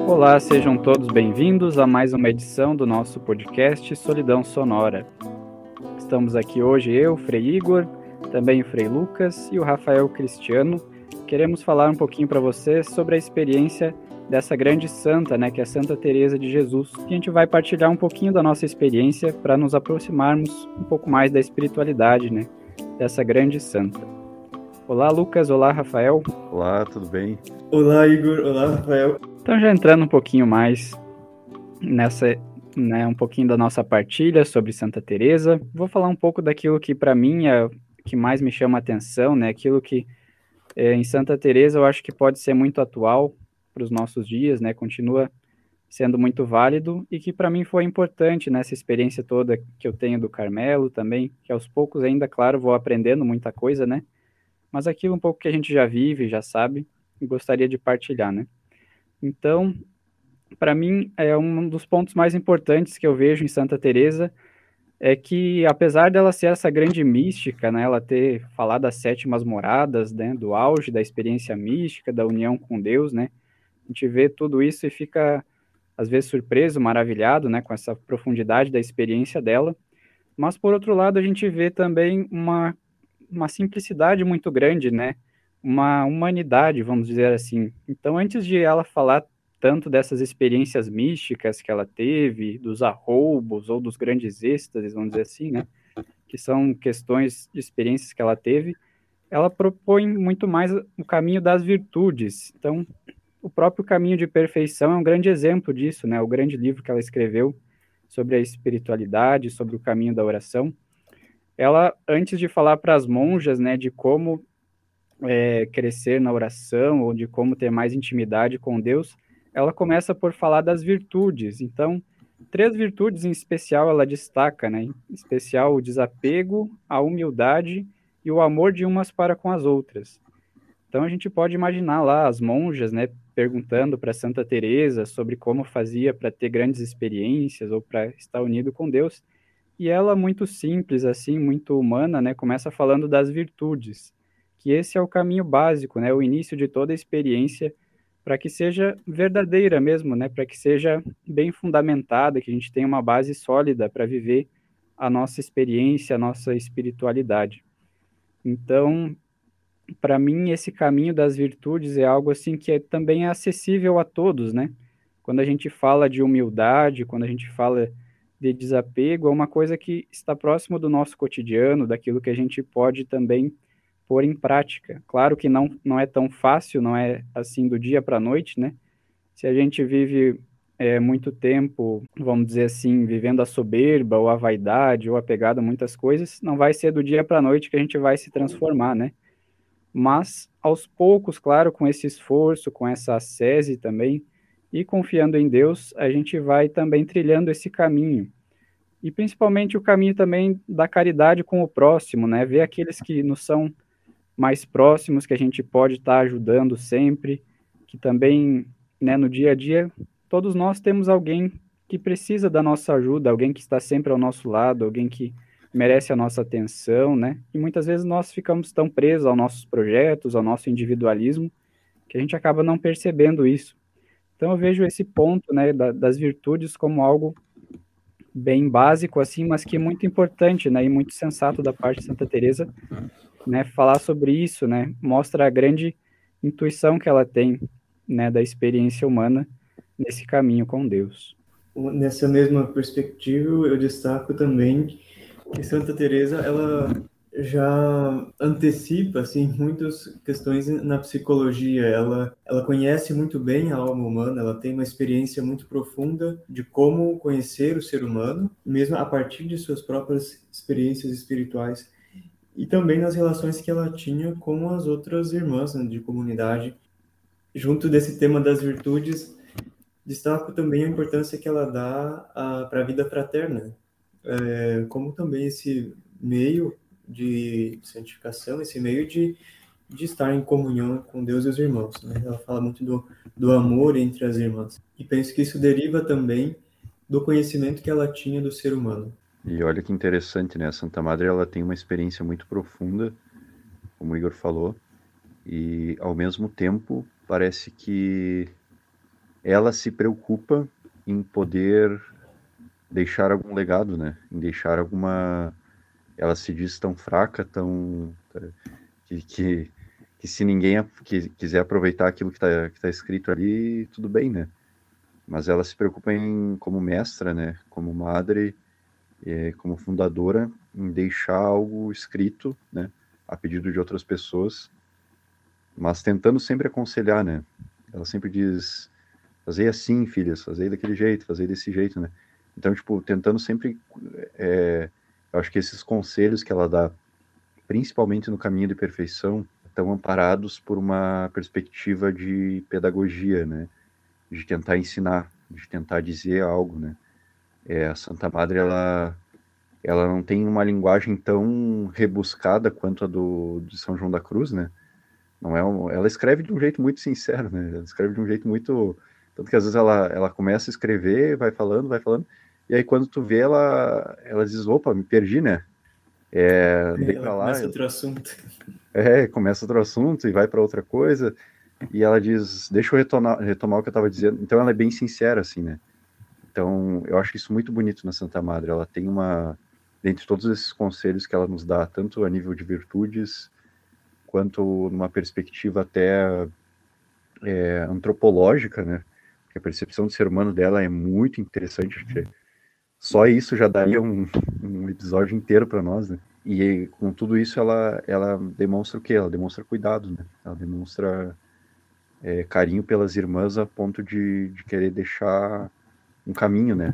Olá, sejam todos bem-vindos a mais uma edição do nosso podcast Solidão Sonora. Estamos aqui hoje eu, Frei Igor, também o Frei Lucas e o Rafael Cristiano. Queremos falar um pouquinho para vocês sobre a experiência dessa grande santa, que é a Santa Teresa de Jesus. E a gente vai partilhar um pouquinho da nossa experiência para nos aproximarmos um pouco mais da espiritualidade, dessa grande santa. Olá, Lucas. Olá, Rafael. Olá, tudo bem? Olá, Igor. Olá, Rafael. Então, já entrando um pouquinho mais nessa, um pouquinho da nossa partilha sobre Santa Teresa, vou falar um pouco daquilo que para mim é o que mais me chama a atenção, aquilo que em Santa Teresa eu acho que pode ser muito atual para os nossos dias, continua sendo muito válido e que para mim foi importante nessa experiência toda que eu tenho do Carmelo também, que aos poucos ainda, claro, vou aprendendo muita coisa, mas aquilo um pouco que a gente já vive, já sabe, e gostaria de partilhar, Então, para mim, é um dos pontos mais importantes que eu vejo em Santa Teresa é que, apesar dela ser essa grande mística, ela ter falado das sétimas moradas, do auge da experiência mística, da união com Deus, a gente vê tudo isso e fica, às vezes, surpreso, maravilhado, com essa profundidade da experiência dela, mas, por outro lado, a gente vê também uma simplicidade muito grande, uma humanidade, vamos dizer assim. Então, antes de ela falar tanto dessas experiências místicas que ela teve, dos arroubos ou dos grandes êxtases, vamos dizer assim, que são questões de experiências que ela teve, ela propõe muito mais o caminho das virtudes. Então, o próprio Caminho de Perfeição é um grande exemplo disso, o grande livro que ela escreveu sobre a espiritualidade, sobre o caminho da oração. Ela, antes de falar para as monjas, de como crescer na oração ou de como ter mais intimidade com Deus, ela começa por falar das virtudes. Então, 3 virtudes em especial ela destaca, Em especial o desapego, a humildade e o amor de umas para com as outras. Então, a gente pode imaginar lá as monjas, perguntando para Santa Teresa sobre como fazia para ter grandes experiências ou para estar unido com Deus. E ela, muito simples, assim, muito humana, começa falando das virtudes, que esse é o caminho básico, o início de toda a experiência, para que seja verdadeira mesmo, para que seja bem fundamentada, que a gente tenha uma base sólida para viver a nossa experiência, a nossa espiritualidade. Então, para mim, esse caminho das virtudes é algo assim que também é acessível a todos, Quando a gente fala de humildade, quando a gente fala de desapego, é uma coisa que está próximo do nosso cotidiano, daquilo que a gente pode também pôr em prática. Claro que não é tão fácil, não é assim do dia para a noite, Se a gente vive muito tempo, vamos dizer assim, vivendo a soberba ou a vaidade ou apegado a muitas coisas, não vai ser do dia para a noite que a gente vai se transformar, Mas, aos poucos, claro, com esse esforço, com essa ascese também, e confiando em Deus, a gente vai também trilhando esse caminho. E principalmente o caminho também da caridade com o próximo, Ver aqueles que nos são mais próximos, que a gente pode estar ajudando sempre, que também, no dia a dia, todos nós temos alguém que precisa da nossa ajuda, alguém que está sempre ao nosso lado, alguém que merece a nossa atenção, E muitas vezes nós ficamos tão presos aos nossos projetos, ao nosso individualismo, que a gente acaba não percebendo isso. Então eu vejo esse ponto, das virtudes como algo bem básico, assim, mas que é muito importante, e muito sensato da parte de Santa Teresa, falar sobre isso, mostra a grande intuição que ela tem, da experiência humana nesse caminho com Deus. Nessa mesma perspectiva, eu destaco também que Santa Teresa ela já antecipa assim muitas questões na psicologia. Ela conhece muito bem a alma humana, ela tem uma experiência muito profunda de como conhecer o ser humano, mesmo a partir de suas próprias experiências espirituais e também nas relações que ela tinha com as outras irmãs de comunidade. Junto desse tema das virtudes, destaco também a importância que ela dá para a vida fraterna, como também esse meio de santificação, esse meio de estar em comunhão com Deus e os irmãos. Ela fala muito do amor entre as irmãs. E penso que isso deriva também do conhecimento que ela tinha do ser humano. E olha que interessante, A Santa Madre, ela tem uma experiência muito profunda, como o Igor falou, e ao mesmo tempo parece que ela se preocupa em poder deixar algum legado, né? Em deixar alguma... Ela se diz tão fraca, tão... que se ninguém quiser aproveitar aquilo que tá escrito ali, tudo bem, né? Mas ela se preocupa em, como mestra, né? Como madre, como fundadora, em deixar algo escrito, né? A pedido de outras pessoas, mas tentando sempre aconselhar, né? Ela sempre diz, fazei assim, filhas, fazei daquele jeito, fazei desse jeito, né? Então, tipo, tentando sempre, eu acho que esses conselhos que ela dá, principalmente no caminho de perfeição, estão amparados por uma perspectiva de pedagogia, né? De tentar ensinar, de tentar dizer algo, né? A Santa Madre, ela não tem uma linguagem tão rebuscada quanto a de São João da Cruz, né? Não é ela escreve de um jeito muito sincero, né? Ela escreve de um jeito muito... Tanto que às vezes ela começa a escrever, vai falando, e aí quando tu vê, ela diz, opa, me perdi, né? Dei Ela pra lá, começa outro assunto. começa outro assunto e vai para outra coisa, e ela diz, deixa eu retomar o que eu estava dizendo. Então ela é bem sincera, assim, né? Então eu acho isso muito bonito na Santa Madre. Ela tem dentre todos esses conselhos que ela nos dá, tanto a nível de virtudes, quanto numa perspectiva até antropológica, né? Porque a percepção do ser humano dela é muito interessante. Só isso já daria um episódio inteiro para nós, né? E com tudo isso ela demonstra o quê? Ela demonstra cuidado, né? Ela demonstra carinho pelas irmãs a ponto de querer deixar um caminho, né?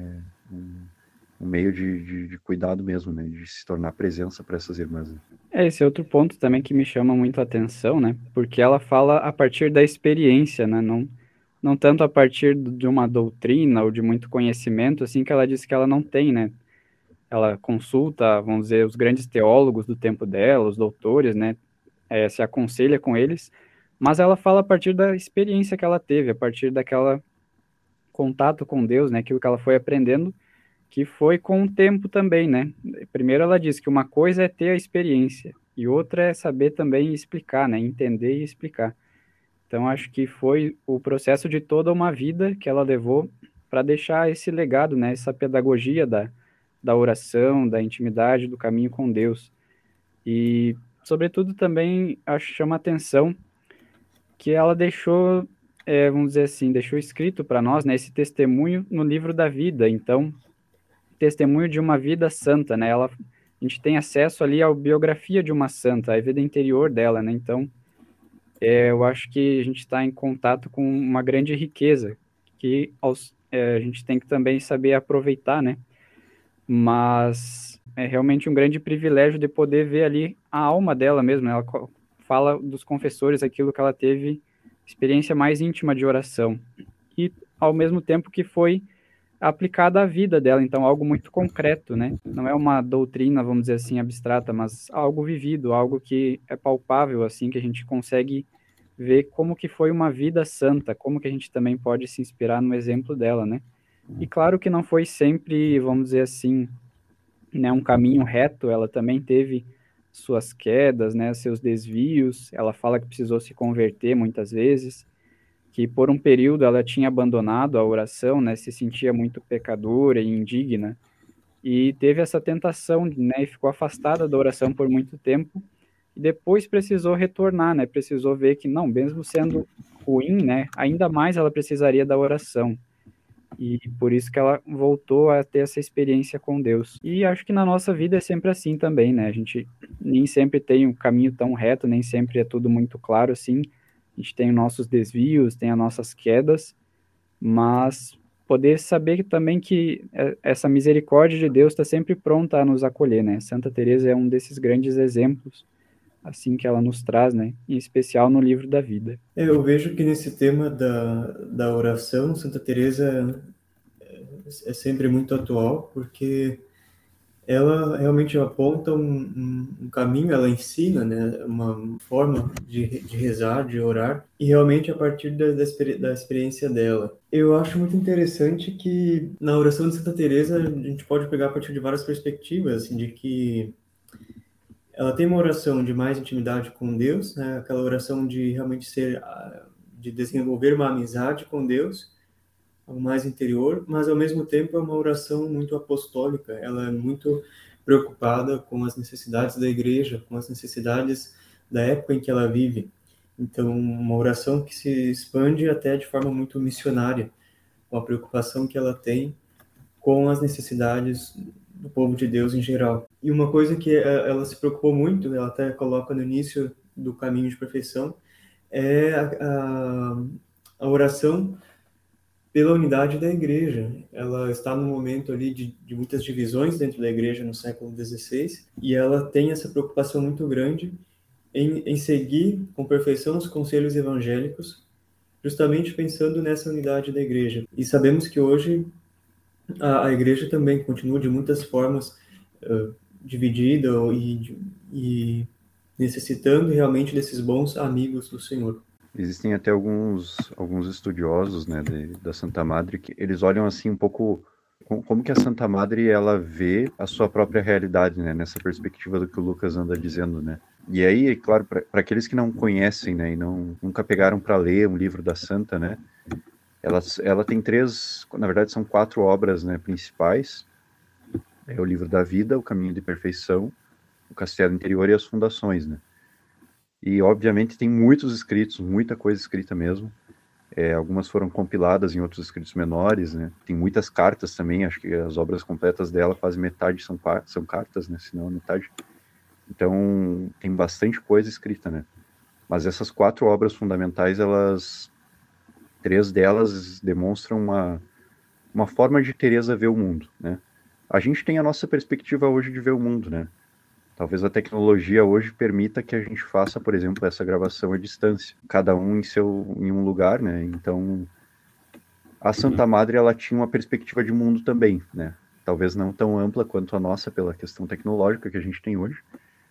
Um meio de cuidado mesmo, né? De se tornar presença para essas irmãs. Né? Esse é outro ponto também que me chama muito a atenção, né? Porque ela fala a partir da experiência, né? Não tanto a partir de uma doutrina ou de muito conhecimento, assim, que ela diz que ela não tem, né? Ela consulta, vamos dizer, os grandes teólogos do tempo dela, os doutores, né? Se aconselha com eles, mas ela fala a partir da experiência que ela teve, a partir daquela contato com Deus, né? Aquilo que ela foi aprendendo, que foi com o tempo também, né? Primeiro ela diz que uma coisa é ter a experiência e outra é saber também explicar, né? Entender e explicar. Então acho que foi o processo de toda uma vida que ela levou para deixar esse legado, né? Essa pedagogia da oração, da intimidade, do caminho com Deus. E sobretudo também acho que chama atenção que ela deixou, vamos dizer assim, deixou escrito para nós, né? Esse testemunho no livro da vida. Então testemunho de uma vida santa, né? A gente tem acesso ali à biografia de uma santa, à vida interior dela, né? Então, eu acho que a gente está em contato com uma grande riqueza que a gente tem que também saber aproveitar, né? Mas é realmente um grande privilégio de poder ver ali a alma dela mesmo, né? Ela fala dos confessores aquilo que ela teve experiência mais íntima de oração e ao mesmo tempo que foi aplicada à vida dela, então algo muito concreto, né? Não é uma doutrina, vamos dizer assim, abstrata, mas algo vivido, algo que é palpável, assim, que a gente consegue ver como que foi uma vida santa, como que a gente também pode se inspirar no exemplo dela, né? E claro que não foi sempre, vamos dizer assim, né, um caminho reto, ela também teve suas quedas, né, seus desvios, ela fala que precisou se converter muitas vezes, que por um período ela tinha abandonado a oração, né, se sentia muito pecadora e indigna, e teve essa tentação, né, e ficou afastada da oração por muito tempo, e depois precisou retornar, né, precisou ver que não, mesmo sendo ruim, né, ainda mais ela precisaria da oração, e por isso que ela voltou a ter essa experiência com Deus. E acho que na nossa vida é sempre assim também, né? A gente nem sempre tem um caminho tão reto, nem sempre é tudo muito claro assim. A gente tem os nossos desvios, tem as nossas quedas, mas poder saber também que essa misericórdia de Deus está sempre pronta a nos acolher, né? Santa Teresa é um desses grandes exemplos, assim que ela nos traz, né? Em especial no livro da vida. Eu vejo que nesse tema da oração, Santa Teresa é sempre muito atual, porque ela realmente aponta um caminho, ela ensina, né, uma forma de rezar, de orar, e realmente a partir da experiência dela. Eu acho muito interessante que na oração de Santa Teresa a gente pode pegar a partir de várias perspectivas, assim, de que ela tem uma oração de mais intimidade com Deus, né, aquela oração de realmente ser de desenvolver uma amizade com Deus, algo mais interior, mas ao mesmo tempo é uma oração muito apostólica. Ela é muito preocupada com as necessidades da igreja, com as necessidades da época em que ela vive. Então, uma oração que se expande até de forma muito missionária, com a preocupação que ela tem com as necessidades do povo de Deus em geral. E uma coisa que ela se preocupou muito, ela até coloca no início do caminho de perfeição, é a oração pela unidade da igreja. Ela está num momento ali de muitas divisões dentro da igreja no século XVI, e ela tem essa preocupação muito grande em seguir com perfeição os conselhos evangélicos, justamente pensando nessa unidade da igreja. E sabemos que hoje a igreja também continua de muitas formas dividida e necessitando realmente desses bons amigos do Senhor. Existem até alguns estudiosos, né, da Santa Madre, que eles olham assim um pouco como que a Santa Madre ela vê a sua própria realidade, né, nessa perspectiva do que o Lucas anda dizendo, né. E aí, é claro, para aqueles que não conhecem, né, e nunca pegaram para ler um livro da Santa, né, ela tem na verdade são 4 obras, né, principais. É o Livro da Vida, o Caminho de Perfeição, o Castelo Interior e as Fundações, né. E, obviamente, tem muitos escritos, muita coisa escrita mesmo. Algumas foram compiladas em outros escritos menores, né? Tem muitas cartas também, acho que as obras completas dela, quase metade são cartas, né? Se não a metade. Então, tem bastante coisa escrita, né? Mas essas 4 obras fundamentais, 3 delas demonstram uma forma de Teresa ver o mundo, né? A gente tem a nossa perspectiva hoje de ver o mundo, né? Talvez a tecnologia hoje permita que a gente faça, por exemplo, essa gravação à distância, cada um em um lugar, né? Então, a Santa Madre, ela tinha uma perspectiva de mundo também, né? Talvez não tão ampla quanto a nossa pela questão tecnológica que a gente tem hoje,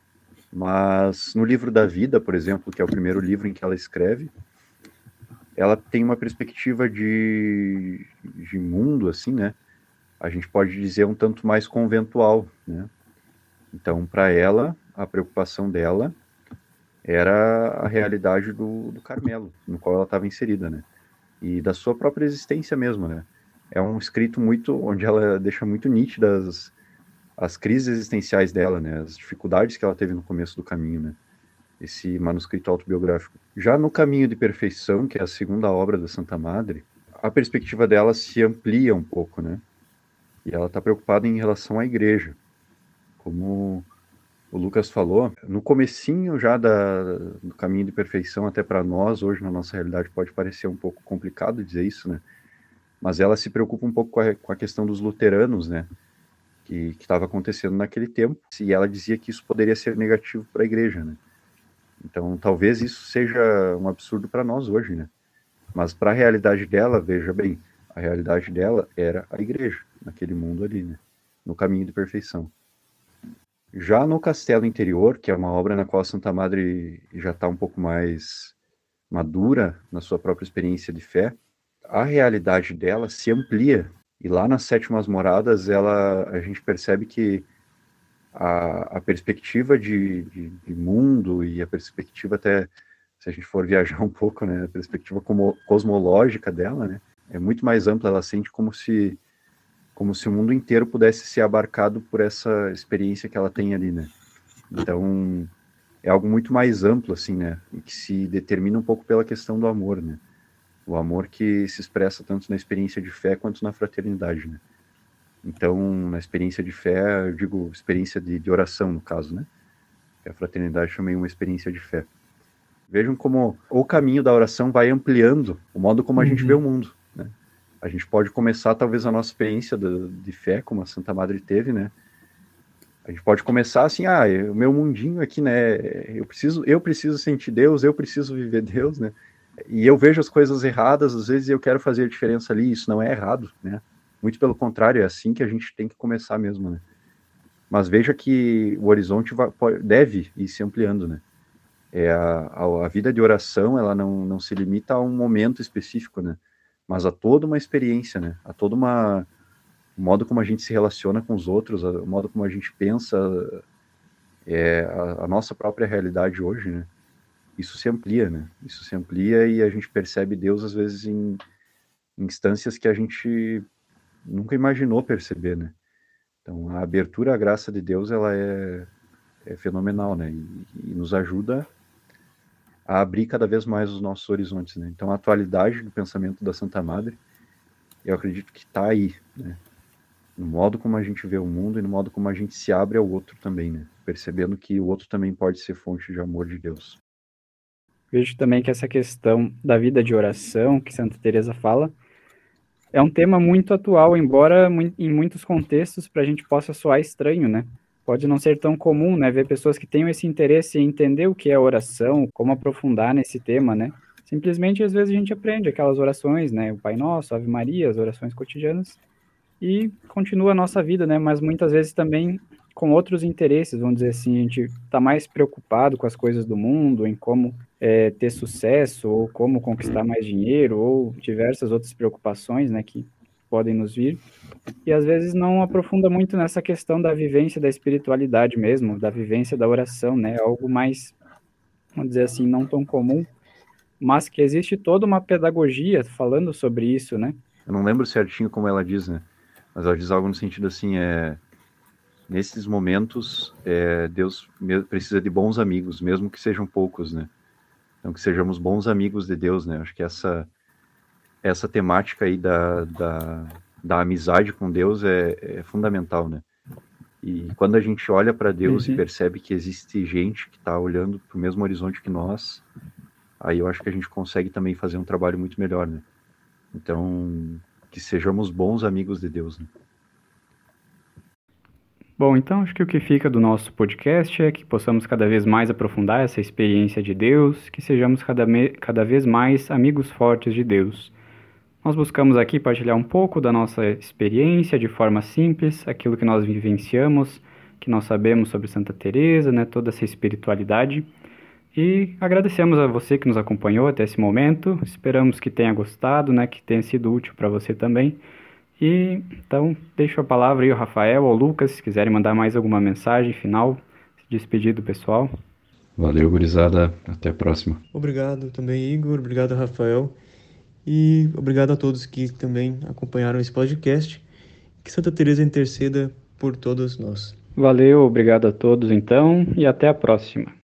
mas no Livro da Vida, por exemplo, que é o primeiro livro em que ela escreve, ela tem uma perspectiva de mundo, assim, né? A gente pode dizer um tanto mais conventual, né? Então, para ela, a preocupação dela era a realidade do Carmelo, no qual ela estava inserida, né? E da sua própria existência mesmo, né? É um escrito onde ela deixa muito nítidas as crises existenciais dela, né? As dificuldades que ela teve no começo do caminho, né? Esse manuscrito autobiográfico. Já no Caminho de Perfeição, que é a segunda obra da Santa Madre, a perspectiva dela se amplia um pouco, né? E ela está preocupada em relação à igreja. Como o Lucas falou, no comecinho já do Caminho de Perfeição, até para nós, hoje na nossa realidade, pode parecer um pouco complicado dizer isso, né? Mas ela se preocupa um pouco com a questão dos luteranos, né? Que estava acontecendo naquele tempo, e ela dizia que isso poderia ser negativo para a igreja, né? Então, talvez isso seja um absurdo para nós hoje, né? Mas para a realidade dela, veja bem, a realidade dela era a igreja, naquele mundo ali, né? No Caminho de Perfeição. Já no Castelo Interior, que é uma obra na qual a Santa Madre já está um pouco mais madura na sua própria experiência de fé, a realidade dela se amplia. E lá nas Sétimas Moradas, a gente percebe que a perspectiva de mundo e a perspectiva até, se a gente for viajar um pouco, né, a perspectiva cosmológica dela, né, é muito mais ampla. Ela sente como se o mundo inteiro pudesse ser abarcado por essa experiência que ela tem ali, né? Então, é algo muito mais amplo, assim, né? E que se determina um pouco pela questão do amor, né? O amor que se expressa tanto na experiência de fé quanto na fraternidade, né? Então, na experiência de fé, eu digo experiência de oração, no caso, né? A fraternidade também é uma experiência de fé. Vejam como o caminho da oração vai ampliando o modo como a gente vê o mundo, né? A gente pode começar, talvez, a nossa experiência de fé, como a Santa Madre teve, né? A gente pode começar assim, o meu mundinho aqui, né? Eu preciso sentir Deus, eu preciso viver Deus, né? E eu vejo as coisas erradas, às vezes eu quero fazer a diferença ali, isso não é errado, né? Muito pelo contrário, é assim que a gente tem que começar mesmo, né? Mas veja que o horizonte deve ir se ampliando, né? A vida de oração, ela não se limita a um momento específico, né? Mas a toda uma experiência, né? A todo o modo como a gente se relaciona com os outros, o modo como a gente pensa, a nossa própria realidade hoje, né? isso se amplia, né? Isso se amplia e a gente percebe Deus, às vezes, em instâncias que a gente nunca imaginou perceber, né? Então, a abertura à graça de Deus, ela é fenomenal, né? E nos ajuda a abrir cada vez mais os nossos horizontes, né? Então, a atualidade do pensamento da Santa Madre, eu acredito que está aí, né? No modo como a gente vê o mundo e no modo como a gente se abre ao outro também, né? Percebendo que o outro também pode ser fonte de amor de Deus. Vejo também que essa questão da vida de oração, que Santa Teresa fala, é um tema muito atual, embora em muitos contextos para a gente possa soar estranho, né? Pode não ser tão comum, né? Ver pessoas que tenham esse interesse em entender o que é oração, como aprofundar nesse tema, né? Simplesmente, às vezes, a gente aprende aquelas orações, né? O Pai Nosso, Ave Maria, as orações cotidianas, e continua a nossa vida, né? Mas muitas vezes também com outros interesses, vamos dizer assim, a gente está mais preocupado com as coisas do mundo, em como ter sucesso, ou como conquistar mais dinheiro, ou diversas outras preocupações, né, que podem nos vir, e às vezes não aprofunda muito nessa questão da vivência da espiritualidade mesmo, da vivência da oração, né, algo mais, vamos dizer assim, não tão comum, mas que existe toda uma pedagogia falando sobre isso, né. Eu não lembro certinho como ela diz, né, mas ela diz algo no sentido assim, nesses momentos, Deus precisa de bons amigos, mesmo que sejam poucos, né? Então, que sejamos bons amigos de Deus, né? Acho que essa temática aí da amizade com Deus é fundamental, né? E quando a gente olha para Deus e percebe que existe gente que está olhando para o mesmo horizonte que nós, aí eu acho que a gente consegue também fazer um trabalho muito melhor, né? Então, que sejamos bons amigos de Deus, né? Bom, então acho que o que fica do nosso podcast é que possamos cada vez mais aprofundar essa experiência de Deus, que sejamos cada vez mais amigos fortes de Deus. Nós buscamos aqui partilhar um pouco da nossa experiência de forma simples, aquilo que nós vivenciamos, que nós sabemos sobre Santa Teresa, né, toda essa espiritualidade. E agradecemos a você que nos acompanhou até esse momento. Esperamos que tenha gostado, né, que tenha sido útil para você também. E então, deixo a palavra aí ao Rafael ou ao Lucas, se quiserem mandar mais alguma mensagem final, se despedir do pessoal. Valeu, gurizada. Até a próxima. Obrigado também, Igor. Obrigado, Rafael. E obrigado a todos que também acompanharam esse podcast. Que Santa Teresa interceda por todos nós. Valeu, obrigado a todos então, e até a próxima.